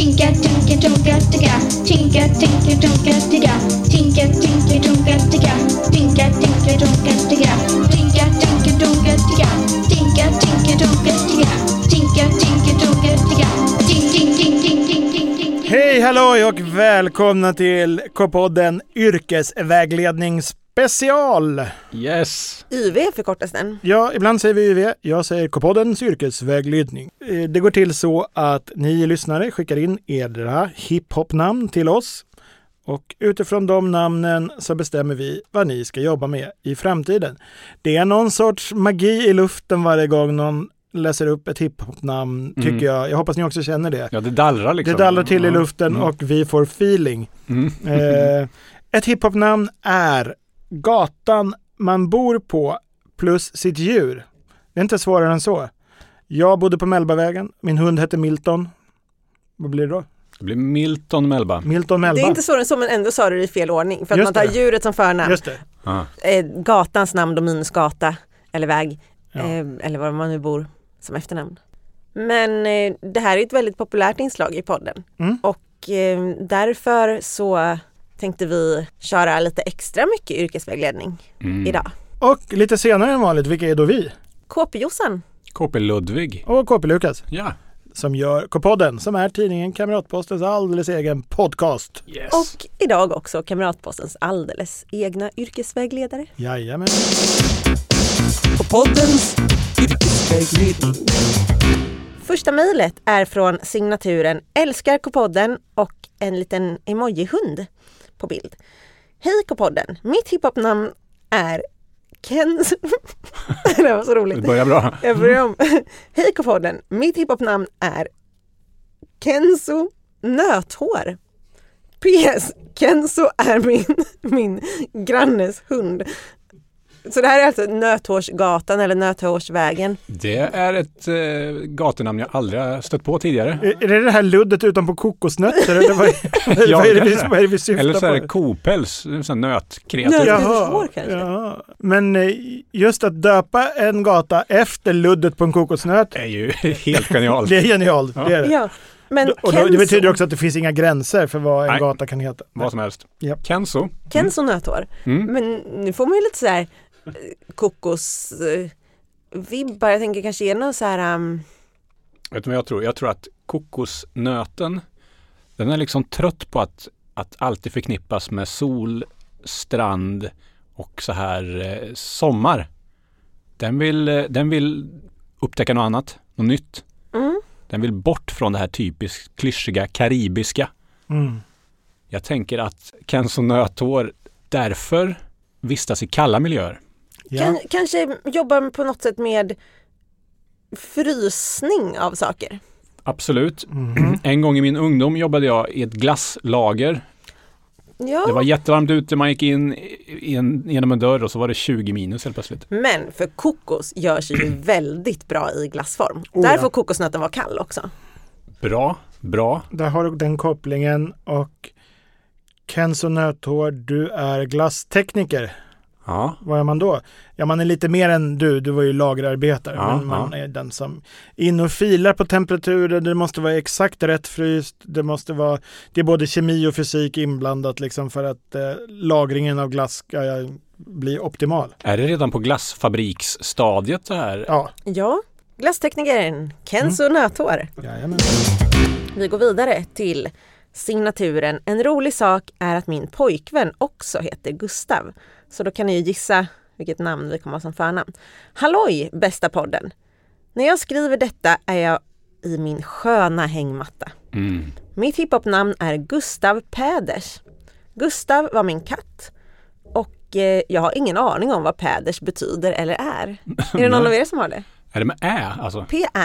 Tinka, tinka, tunka, ticka. Tinka, tinka, tunka, ticka. Tinka, tinka, tunka, ticka. Tinka, tinka, tunka, ticka. Tinka, tinka, tunka, ticka. Tinka, tinka, tunka, ticka. Tinka, tinka, tunka, ticka. Tink, tink, tink, tink, tink, tink, tink. Hej, hallå och välkomna till K-podden Yrkesvägledning special. Yes. YV förkortas den. Ja, ibland säger vi YV. Jag säger K-poddens yrkesvägledning. Det går till så att ni lyssnare skickar in era hiphop-namn till oss. Och utifrån de namnen så bestämmer vi vad ni ska jobba med i framtiden. Det är någon sorts magi i luften varje gång någon läser upp ett hiphop-namn, tycker jag. Jag hoppas ni också känner det. Ja, det dallrar liksom. Det dallrar till i luften och vi får feeling. Ett hiphop-namn är gatan man bor på plus sitt djur. Det är inte svårare än så. Jag bodde på Mellbavägen. Min hund hette Milton. Vad blir det då? Det blir Milton Melba. Milton Melba. Det är inte svårare än så, men ändå sa du det i fel ordning. För att Just man tar det. djuret som förnamn. Just det. Gatans namn då minus gata eller väg. Ja. Eller var man nu bor som efternamn. Men det här är ett väldigt populärt inslag i podden. Och därför så tänkte vi köra lite extra mycket yrkesvägledning idag. Och lite senare än vanligt, vilka är då vi? KP-Jossan. KP Ludvig. Och KP Lukas. Ja. Som gör K-podden, som är tidningen Kamratpostens alldeles egen podcast. Yes. Och idag också Kamratpostens alldeles egna yrkesvägledare. Jajamän. K-poddens yrkesvägledning. Första mejlet är från signaturen Älskar K-podden och en liten emoji-hund på bild. Hej K-podden, mitt hiphop-namn är Kenzo. Det var så roligt. Det börjar bra. Jag börjar om. Hej K-podden, mitt hiphop-namn är Kenzo Nöthår. PS, Kenzo är min grannes hund. Så det här är alltså Nöthårsgatan eller Nöthårsvägen. Det är ett gatunamn jag aldrig har stött på tidigare. Är det här luddet utanpå kokosnötter? Eller vad är det vi syftar på? Eller så är det kopäls, en sån nötkreatur. Jaha, kanske. Ja. Men just att döpa en gata efter luddet på en kokosnöt Det är ju helt genialt. det är genialt. Ja. Det är det. Ja, men Och det betyder också att det finns inga gränser för vad en Nej. gata kan heta. Vad som helst. Ja. Kenzo. Kenzo Nöthår. Men nu får man ju lite så här kokosvibbar. Jag tänker kanske ge någon så här... Vet du vad jag tror? Jag tror att kokosnöten, den är liksom trött på att alltid förknippas med sol, strand och så här sommar. Den vill upptäcka något annat, något nytt. Den vill bort från det här typiskt klyschiga karibiska. Jag tänker att Kenzo Nöthår därför vistas i kalla miljöer. Ja. Kanske jobbar på något sätt med frysning av saker. Absolut. En gång i min ungdom jobbade jag i ett glasslager. Ja. Det var jättevarmt ute, man gick in genom en dörr och så var det 20 minus helt plötsligt. Men för kokos gör sig ju väldigt bra i glassform. Oh, Där ja. får kokosnöten vara kall också. Bra. Där har du den kopplingen. Och Kenzo Nöthår, du är glasstekniker. Ja. Vad är man då? Ja, man är lite mer än du var ju lagerarbetare. Ja, men man är den som in och filar på temperaturer. Det måste vara exakt rätt fryst. Det är både kemi och fysik inblandat liksom för att lagringen av glass ska bli optimal. Är det redan på glassfabriksstadiet så här? Ja, glassteknikern Kenzo Nöthår. Jajamän. Vi går vidare till signaturen. En rolig sak är att min pojkvän också heter Gustav. Så då kan ni ju gissa vilket namn vi kommer ha som förnamn. Halloj, bästa podden. När jag skriver detta är jag i min sköna hängmatta. Mitt hiphop-namn är Gustav Päders. Gustav var min katt. Och jag har ingen aning om vad Päders betyder eller är. Är det någon av er som har det? Är det med ä? Alltså?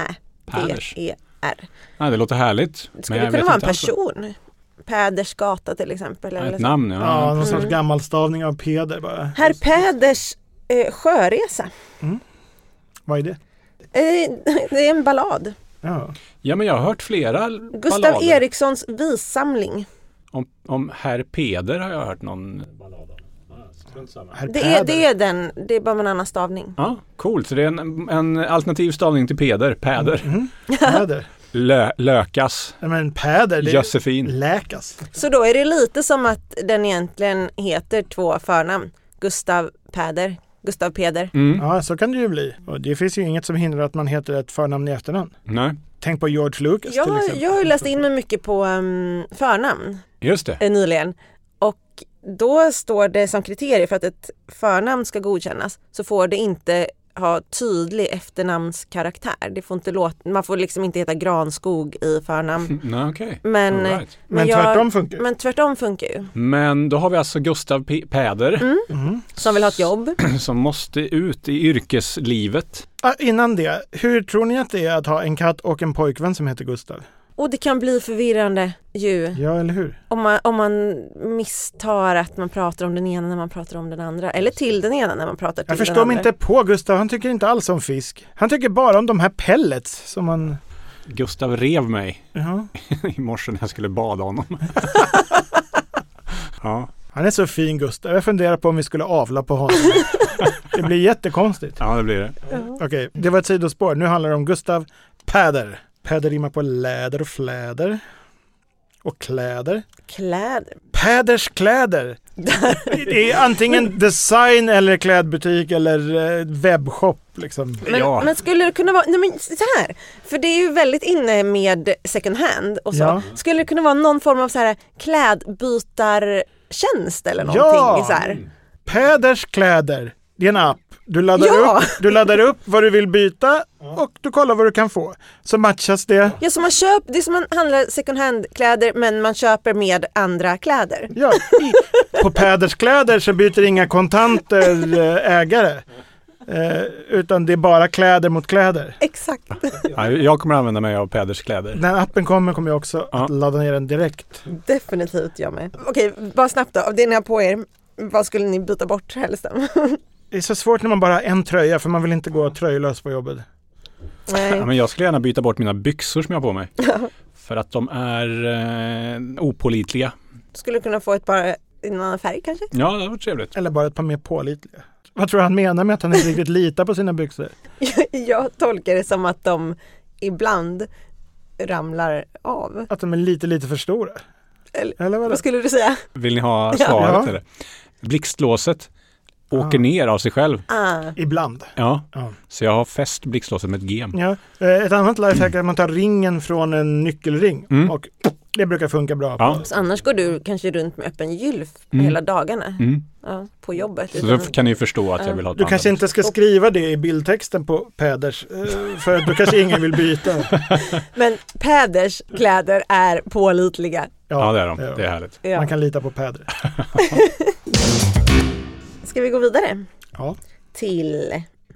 P-Ä-D-E-R. Ja, det låter härligt. Det skulle kunna vara en person. Päders gata till exempel. Ja, eller ett så. namn, Ja, någon sorts gammalstavning av Peder bara. Herr Päders sjöresa. Vad är det? Det är en ballad. Ja, men jag har hört flera Gustav ballader. Erikssons vissamling. Om Herr Peder har jag hört någon ballad om. Det är bara en annan stavning. Ja, coolt. Så det är en alternativ stavning till Peder. Päder. Peder. Lökas. Men Päder, det är Josefin. Läkas. Så då är det lite som att den egentligen heter 2 förnamn. Gustav Peder. Mm. Ja, så kan det ju bli. Och det finns ju inget som hindrar att man heter ett förnamn i efternamn. Nej, Tänk på George Lucas till exempel. Jag har ju läst in mig mycket på förnamn just det. nyligen. Och då står det som kriterier för att ett förnamn ska godkännas så får det inte ha tydlig efternamnskaraktär. Det får inte man får liksom inte heta Granskog i förnamn. Nej, okej. Men, All right. Men tvärtom funkar. Men tvärtom funkar ju. Men då har vi alltså Gustav Päder Som vill ha ett jobb. som måste ut i yrkeslivet. Innan det, hur tror ni att det är att ha en katt och en pojkvän som heter Gustav? Och det kan bli förvirrande ju. Ja, eller hur? Om man misstar att man pratar om den ena när man pratar om den andra. Eller till den ena när man pratar till Jag den förstår andra. mig inte på Gustav, han tycker inte alls om fisk. Han tycker bara om de här pellets som man... Gustav rev mig Ja. i morse när jag skulle bada honom. Ja. Han är så fin, Gustav. Jag funderar på om vi skulle avla på honom. Det blir jättekonstigt. Ja, det blir det. Okej, det var ett sidospår. Nu handlar det om Gustav Päder. Päder rimmar på läder och fläder. Och kläder. Kläder. Päders kläder. Det är antingen design eller klädbutik eller webbshop liksom. Men skulle det kunna vara, nej men så här, för det är ju väldigt inne med second hand och så. Ja. Skulle det kunna vara någon form av så här klädbytartjänst eller någonting Ja. så här? Päders kläder. Det är en app. Du laddar upp vad du vill byta och du kollar vad du kan få. Så matchas det. Ja, så det är som man handlar second hand kläder men man köper med andra kläder. Ja, på Päders kläder så byter inga kontanter ägare. Utan det är bara kläder mot kläder. Exakt. Ja, jag kommer använda mig av Päders kläder. När appen kommer jag också att ladda ner den direkt. Definitivt jag med. Okej, bara snabbt då. Av det ni har på er, vad skulle ni byta bort helst? Det är så svårt när man bara har en tröja för man vill inte gå tröjlös på jobbet. Nej. Ja, men jag skulle gärna byta bort mina byxor som jag har på mig. För att de är opålitliga. Skulle kunna få ett par i en annan färg kanske? Ja, det var trevligt. Eller bara ett par mer pålitliga. Vad tror han menar med att han inte riktigt litar på sina byxor? Jag tolkar det som att de ibland ramlar av. Att de är lite för stora. Eller vad skulle du säga? Vill ni ha svaret? Ja. Eller? Blixtlåset åker ner av sig själv. Ibland. Ja. Ja. Så jag har fäst blixtlåset med ett gem. Ja. Ett annat lifehack är att man tar ringen från en nyckelring. Och det brukar funka bra. Ja. Så annars går du kanske runt med öppen gylf hela dagarna på jobbet. Så då kan ni ju förstå att jag vill ha ett Du kanske inte ska skriva det i bildtexten på Päders för då kanske ingen vill byta. Men Päders kläder är pålitliga. Ja, det är de. Det är härligt. Ja. Man kan lita på Päder. Ska vi gå vidare? Ja. Till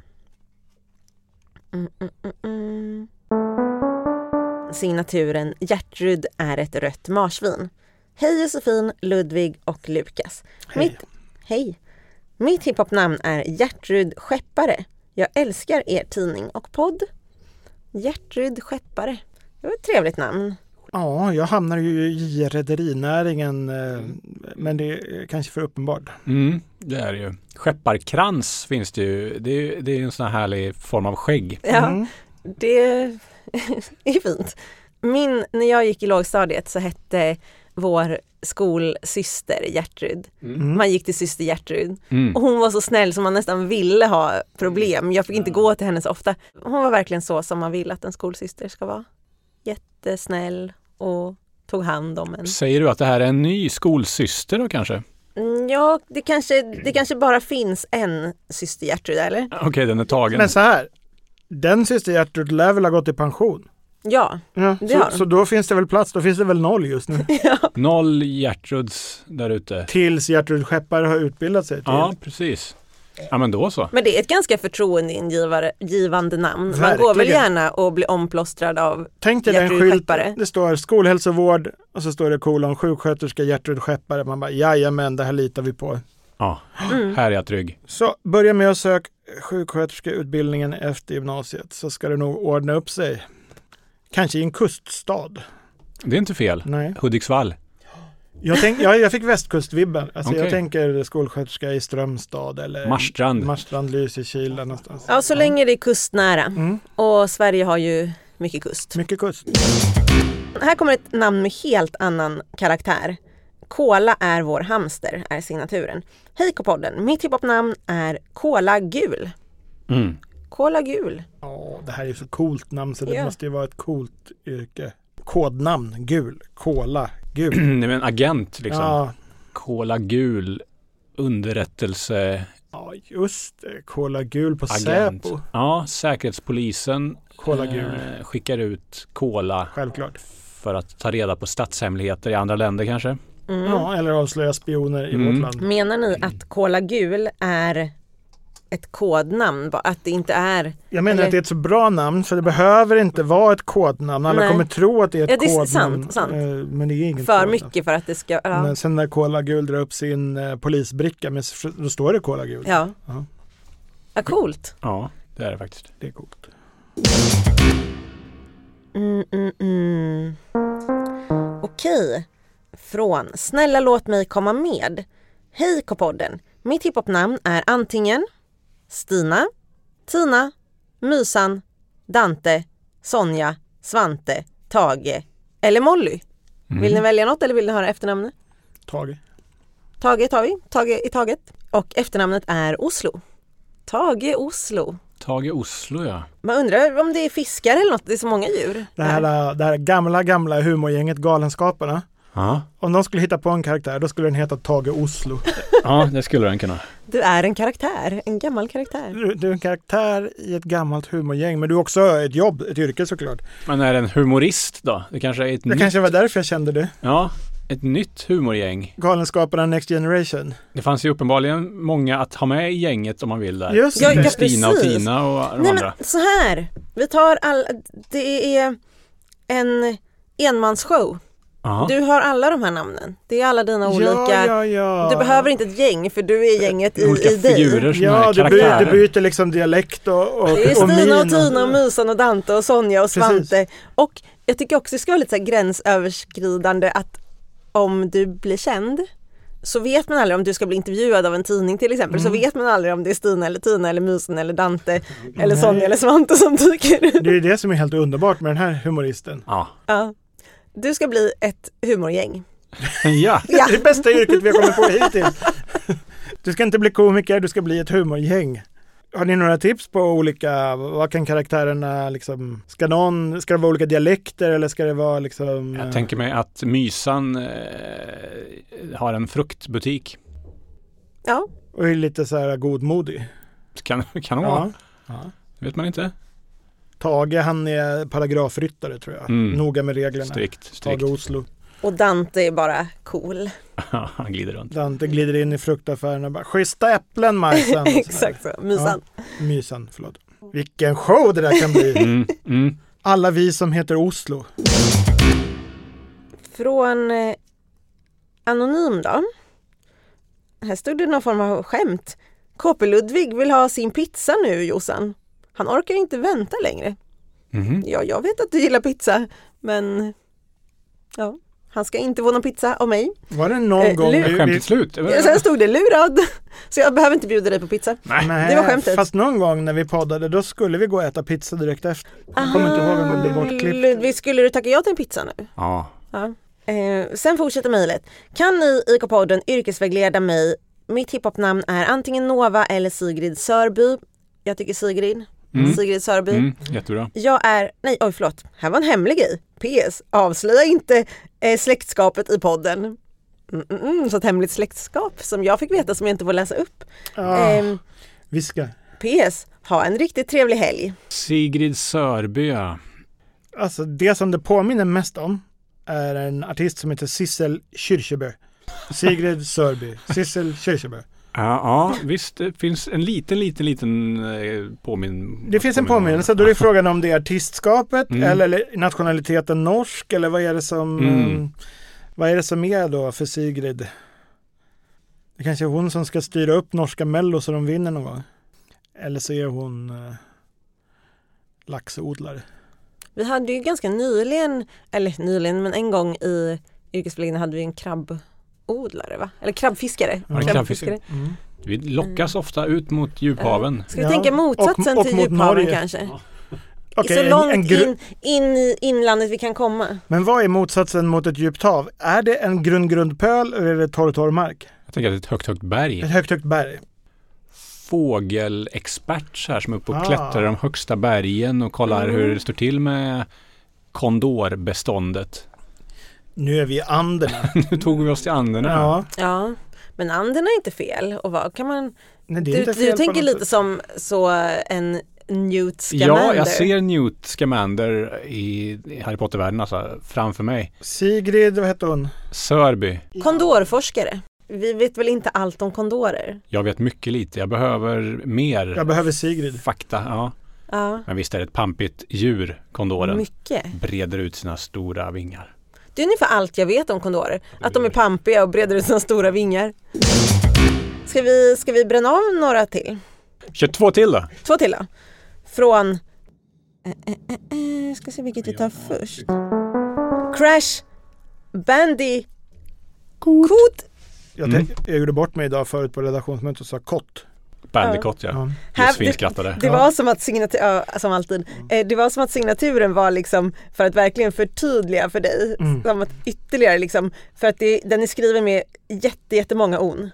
signaturen Gertrud är ett rött marsvin. Hej Josefin, Ludvig och Lukas. Hej. Hej. Mitt hiphopnamn är Gertrud Skeppare. Jag älskar er tidning och podd. Gertrud Skeppare. Det var ett trevligt namn. Ja, jag hamnar ju i rederinäringen men det är kanske för uppenbart. Det är det ju. Skepparkrans finns det ju. Det är en sån här härlig form av skägg. Ja, det är fint. När jag gick i lågstadiet så hette vår skolsyster Gertrud. Man gick till syster Gertrud. Och hon var så snäll som man nästan ville ha problem. Jag fick inte gå till henne så ofta. Hon var verkligen så som man vill att en skolsyster ska vara. Jättesnäll och tog hand om en. Säger du att det här är en ny skolsyster då kanske? Ja, det kanske bara finns en syster Gertrud, eller? Okej, den är tagen. Men så här, den syster Gertrud lär väl ha gått i pension? Ja, det har så då finns det väl plats, då finns det väl 0 just nu. 0 Gertruds där ute. Tills Gertrud Skeppare har utbildat sig till. Ja, precis. Ja, men då så. Men det är ett ganska förtroendeingivande namn. Verkligen. Man går väl gärna och blir omplåstrad av Tänk dig en Gertrud skylt, Skeppare. det står skolhälsovård och så står det kolon sjuksköterska Gertrud Skeppare. Man bara, jajamän, det här litar vi på. Ja, här är jag trygg. Så börja med att söka sjuksköterskeutbildningen efter gymnasiet så ska det nog ordna upp sig. Kanske i en kuststad. Det är inte fel. Nej. Hudiksvall. Jag fick västkustvibben. Alltså Okej. Jag tänker skolsköterska i Strömstad eller Marstrand, Lysekil där någonstans. Ja, så länge det är kustnära. Och Sverige har ju mycket kust. Mycket kust. Här kommer ett namn med helt annan karaktär. Kola är vår hamster är signaturen. Hej K-podden, mitt hiphop-namn är Kola Gul. Kola Gul. Ja, det här är ju så coolt namn så det måste ju vara ett coolt yrke. Kodnamn, gul. Kola, gul. Nej, men agent liksom. Ja. Kola Gul, underrättelse. Ja, just det. Kola Gul på Agent. Säpo. Ja, Säkerhetspolisen Kola Gul. skickar ut kola Självklart. för att ta reda på statshemligheter i andra länder kanske. Ja, eller avslöja spioner i vårt land. Menar ni att Kola Gul är ett kodnamn? Att det inte är... Jag menar att det är ett så bra namn så det behöver inte vara ett kodnamn. Alla kommer tro att det är ett kodnamn. Sant. Men det är inget för kodnamn. mycket för att det ska... Ja. Men sen när Kola Gul drar upp sin polisbricka, då står det Kola Gul. Ja. Ja. Ja, coolt. Ja, det är det faktiskt. Det är coolt. Okej. Från Snälla låt mig komma med. Hej K-podden. Mitt hiphopnamn är antingen Stina, Tina, Mysan, Dante, Sonja, Svante, Tage eller Molly. Vill ni välja något eller vill ni höra efternamnet? Tage. Tage tar vi. Tage i taget. Och efternamnet är Oslo. Tage Oslo. Tage Oslo, ja. Man undrar om det är fiskar eller något. Det är så många djur. Det här gamla humorgänget Galenskaparna. Ja. Om de skulle hitta på en karaktär, då skulle den heta Tage Oslo. Ja, det skulle den kunna. Du är en karaktär. En gammal karaktär. Du är en karaktär i ett gammalt humorgäng, men du är också ett jobb, ett yrke såklart. Men är det en humorist då? Det kanske är Det kanske var därför jag kände det. Ja, ett nytt humorgäng. Galenskaparna Next Generation. Det fanns ju uppenbarligen många att ha med i gänget om man vill där. Just Ja, det. Stina och precis. Tina och de Nej andra. men så här. Vi tar det är en enmansshow. Aha. Du har alla de här namnen. Det är alla dina olika... Ja. Du behöver inte ett gäng för du är gänget Olika i dig. figurer som Ja, är du karaktärer. byter liksom dialekt och Det är Stina min. och Tina och Mysan och Dante och Sonja och Svante. Precis. Och jag tycker också det ska vara lite så här gränsöverskridande att om du blir känd så vet man aldrig om du ska bli intervjuad av en tidning till exempel. Så vet man aldrig om det är Stina eller Tina eller Mysan eller Dante eller Sonja eller Svante som dyker ut. Det är det som är helt underbart med den här humoristen. Ja. Ja. Du ska bli ett humorgäng. Ja. Det är det bästa yrket vi har kommit på hittills. Du ska inte bli komiker, du ska bli ett humorgäng. Har ni några tips på olika, vad kan karaktärerna liksom, ska det vara olika dialekter eller ska det vara liksom... Jag tänker mig att Mysan har en fruktbutik. Ja. Och är lite så här godmodig. Kan hon vara? Ja. Det vet man inte. Tage, han är paragrafryttare tror jag. Noga med reglerna. Strikt. Tage Oslo. Och Dante är bara cool. Han glider runt. Dante glider in i fruktaffären och bara, schyssta äpplen Majsan. Exakt så, Mysan. Ja, Mysan, förlåt. Vilken show det där kan bli. Alla vi som heter Oslo. Från Anonym då. Här stod det någon form av skämt. KP Ludvig vill ha sin pizza nu, Jossan. Han orkar inte vänta längre. Ja, jag vet att du gillar pizza, men ja, han ska inte få någon pizza av mig. Var det någon gång... Är skämtet slut? Sen stod det lurad, så jag behöver inte bjuda dig på pizza. Nej, det var skämtet. Fast någon gång när vi poddade, då skulle vi gå och äta pizza direkt efter. Jag kommer inte ihåg om det blev bortklippt. Ludvig, skulle du tacka ja till en pizza nu? Ja. Ja. Sen fortsätter mejlet. Kan ni i K-podden yrkesvägleda mig? Mitt hiphopnamn är antingen Nova eller Sigrid Sörby. Jag tycker Sigrid. Sigrid Sörby. Jättebra. Jag är... Nej, oj förlåt. Här var en hemlig grej. PS. Avslöja inte släktskapet i podden. Så ett hemligt släktskap som jag fick veta som jag inte får läsa upp. Viska. PS. Ha en riktigt trevlig helg. Sigrid Sörby, ja. Alltså det som det påminner mest om är en artist som heter Sissel Kyrkjebø. Sigrid Sörby. Sissel Kyrkjebø. Ja, visst. Det finns en liten påminnelse. Det finns en påminnelse. Då är frågan om det är artistskapet eller nationaliteten norsk eller vad är det som vad är det som är då för Sigrid? Det kanske är hon som ska styra upp norska Mello så de vinner någon gång. Eller så är hon laxodlare. Vi hade ju ganska nyligen men en gång i yrkesvägleden hade vi en krabbodlare, va? Eller krabbfiskare. Krabbfiskare. Vi lockas ofta ut mot djuphaven. Ska vi tänka motsatsen till mot djuphaven Norge. kanske? Okej, så en långt in i inlandet vi kan komma. Men vad är motsatsen mot ett djupt hav? Är det en grundpöl eller är det torr mark? Jag tänker att det är ett högt berg. Ett högt berg. Fågelexpert så här som är uppe och klättrar de högsta bergen och kollar hur det står till med kondorbeståndet. Nu är vi i Anderna. Nu tog vi oss till Anderna. Ja, men Anderna är inte fel. Och vad kan man... Nej, det är inte fel du tänker lite som så en Newt Scamander. Ja, jag ser Newt Scamander i Harry Potter-världen alltså, framför mig. Sigrid, vad heter hon? Sörby. Kondorforskare. Vi vet väl inte allt om kondorer? Jag vet mycket lite. Jag behöver mer. Jag behöver Sigrid. Fakta, ja. Ja. Men visst är det ett pampigt djur, kondoren. Mycket. Breder ut sina stora vingar. Det är ungefär allt jag vet om kondorer. Att de är pampiga och breder ut sina stora vingar. Ska vi bränna av några till? Kör 2 till då. 2 till då. Från... ska se vilket vi tar först. Crash Bandicoot. Jag gjorde bort mig idag förut på redaktionsmötet och sa kott. Bandicoot, ja. Det var som att som alltid. Det var som att signaturen var liksom för att verkligen förtydliga för dig. Som att ytterligare liksom, för att den är skriven med jättemånga on.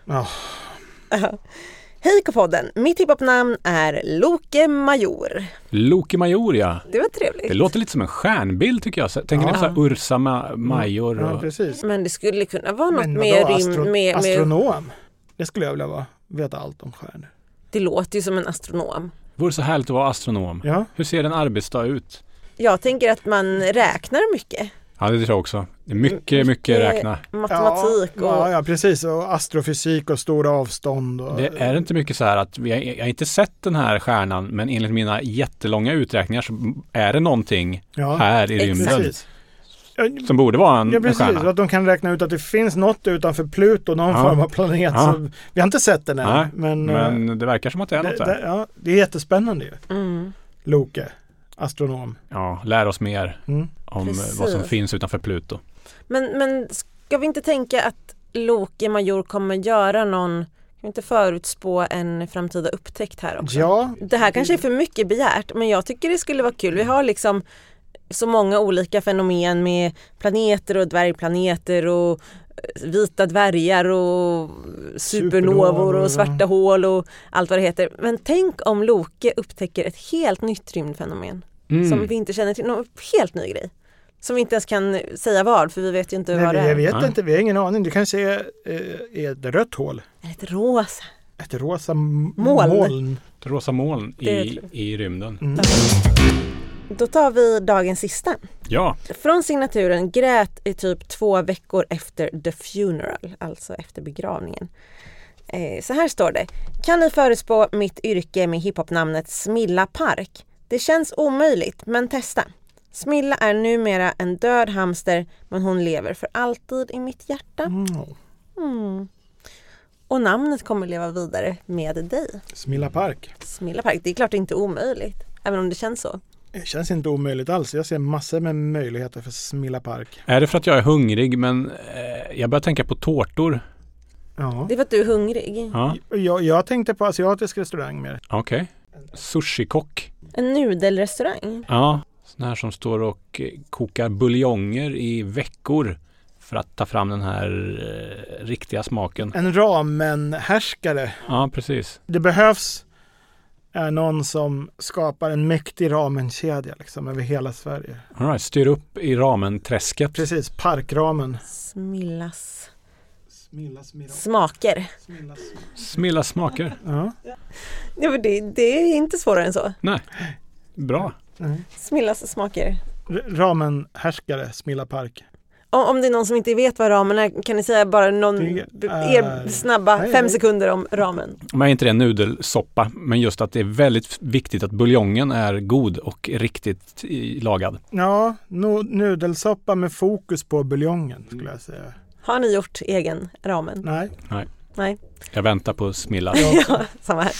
Hej K-podden, mitt hiphop-namn är Loke Major. Loke Major, ja. Det var trevligt. Det låter lite som en stjärnbild tycker jag. Tänker ni på så här Ursa Major? Ja, precis. Men det skulle kunna vara något mer astronom. Det skulle jag vilja veta allt om stjärnor. Det låter ju som en astronom. Det vore så härligt att vara astronom. Ja. Hur ser en arbetsdag ut? Jag tänker att man räknar mycket. Ja, det tror jag också. Det är mycket räkna. Matematik Ja, precis. Och astrofysik och stora avstånd. Det är inte mycket så här att jag har inte sett den här stjärnan, men enligt mina jättelånga uträkningar så är det någonting här i rymden. Precis. Som borde vara en precis, stjärna. att de kan räkna ut att det finns något utanför Pluto, någon form av planet. Ja. Så vi har inte sett den än. Nej, men det verkar som att det är något där. Det är jättespännande ju. Mm. Loke, astronom. Ja, lär oss mer om vad som finns utanför Pluto. Men ska vi inte tänka att Loke Major kommer göra kan vi inte förutspå en framtida upptäckt här också? Ja. Det här kanske är för mycket begärt, men jag tycker det skulle vara kul. Vi har liksom så många olika fenomen med planeter och dvärgplaneter och vita dvärgar och supernovor och svarta hål och allt vad det heter. Men tänk om Loke upptäcker ett helt nytt rymdfenomen som vi inte känner till. Någon helt ny grej. Som vi inte ens kan säga vad, för vi vet ju inte vad det är. Jag vet inte, vi har ingen aning. Det kanske är ett rött hål. Ett rosa. Ett rosa moln. Ett rosa moln i rymden. Då tar vi dagens sista. Ja. Från signaturen grät i typ 2 veckor efter the funeral, alltså efter begravningen. Så här står det. Kan ni förutspå mitt yrke med hiphop-namnet Smilla Park? Det känns omöjligt, men testa. Smilla är numera en död hamster, men hon lever för alltid i mitt hjärta. Och namnet kommer leva vidare med dig. Smilla Park. Smilla Park, det är klart inte omöjligt, även om det känns så. Det känns inte omöjligt alls. Jag ser massor med möjligheter för Smilla Park. Är det för att jag är hungrig, men jag börjar tänka på tårtor. Ja. Det är för att du är hungrig. Ja. Jag tänkte på asiatisk restaurang mer. Okej. Sushikock. En nudelrestaurang. Ja, sån här som står och kokar buljonger i veckor för att ta fram den här riktiga smaken. En ramenhärskare. Ja, precis. Det behövs någon som skapar en mäktig ramenkedja liksom, över hela Sverige. All right, styr upp i ramenträsket. Precis, parkramen. Smillas Smilla. smaker. Smilla smaker. Ja. Ja, men det är inte svårare än så. Nej, bra. Smillas smaker. Ramenhärskare, Smilla Park. Om det är någon som inte vet vad ramen är, kan ni säga bara snabba 5 sekunder om ramen? Men inte det en nudelsoppa, men just att det är väldigt viktigt att buljongen är god och riktigt lagad. Ja, nudelsoppa med fokus på buljongen skulle jag säga. Har ni gjort egen ramen? Nej. Jag väntar på Smilla. Ja, samma här.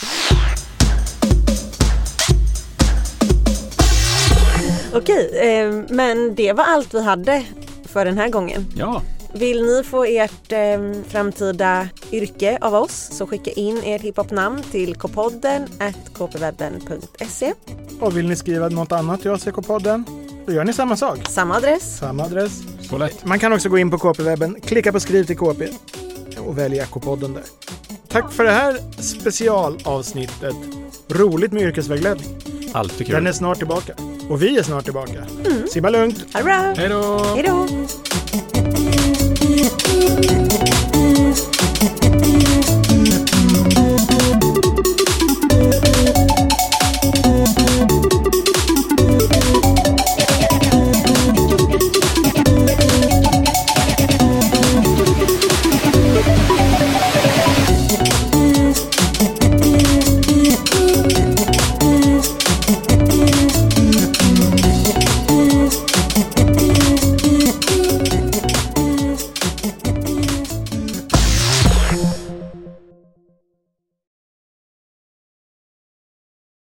Okej, men det var allt vi hade för den här gången. Ja. Vill ni få ert framtida yrke av oss så skicka in ert hiphopnamn till kpodden@kpwebben.se. Och vill ni skriva något annat till oss i K-podden, då gör ni samma sak. Samma adress. Samma adress. Så lätt. Man kan också gå in på KP-webben, klicka på skriv till KP och välja K-podden där. Tack för det här specialavsnittet. Roligt med yrkesvägledning. Alltid kul. Den är snart tillbaka. Och vi är snart tillbaka. Simma lugnt. Ha det bra. Hej då! Hej då.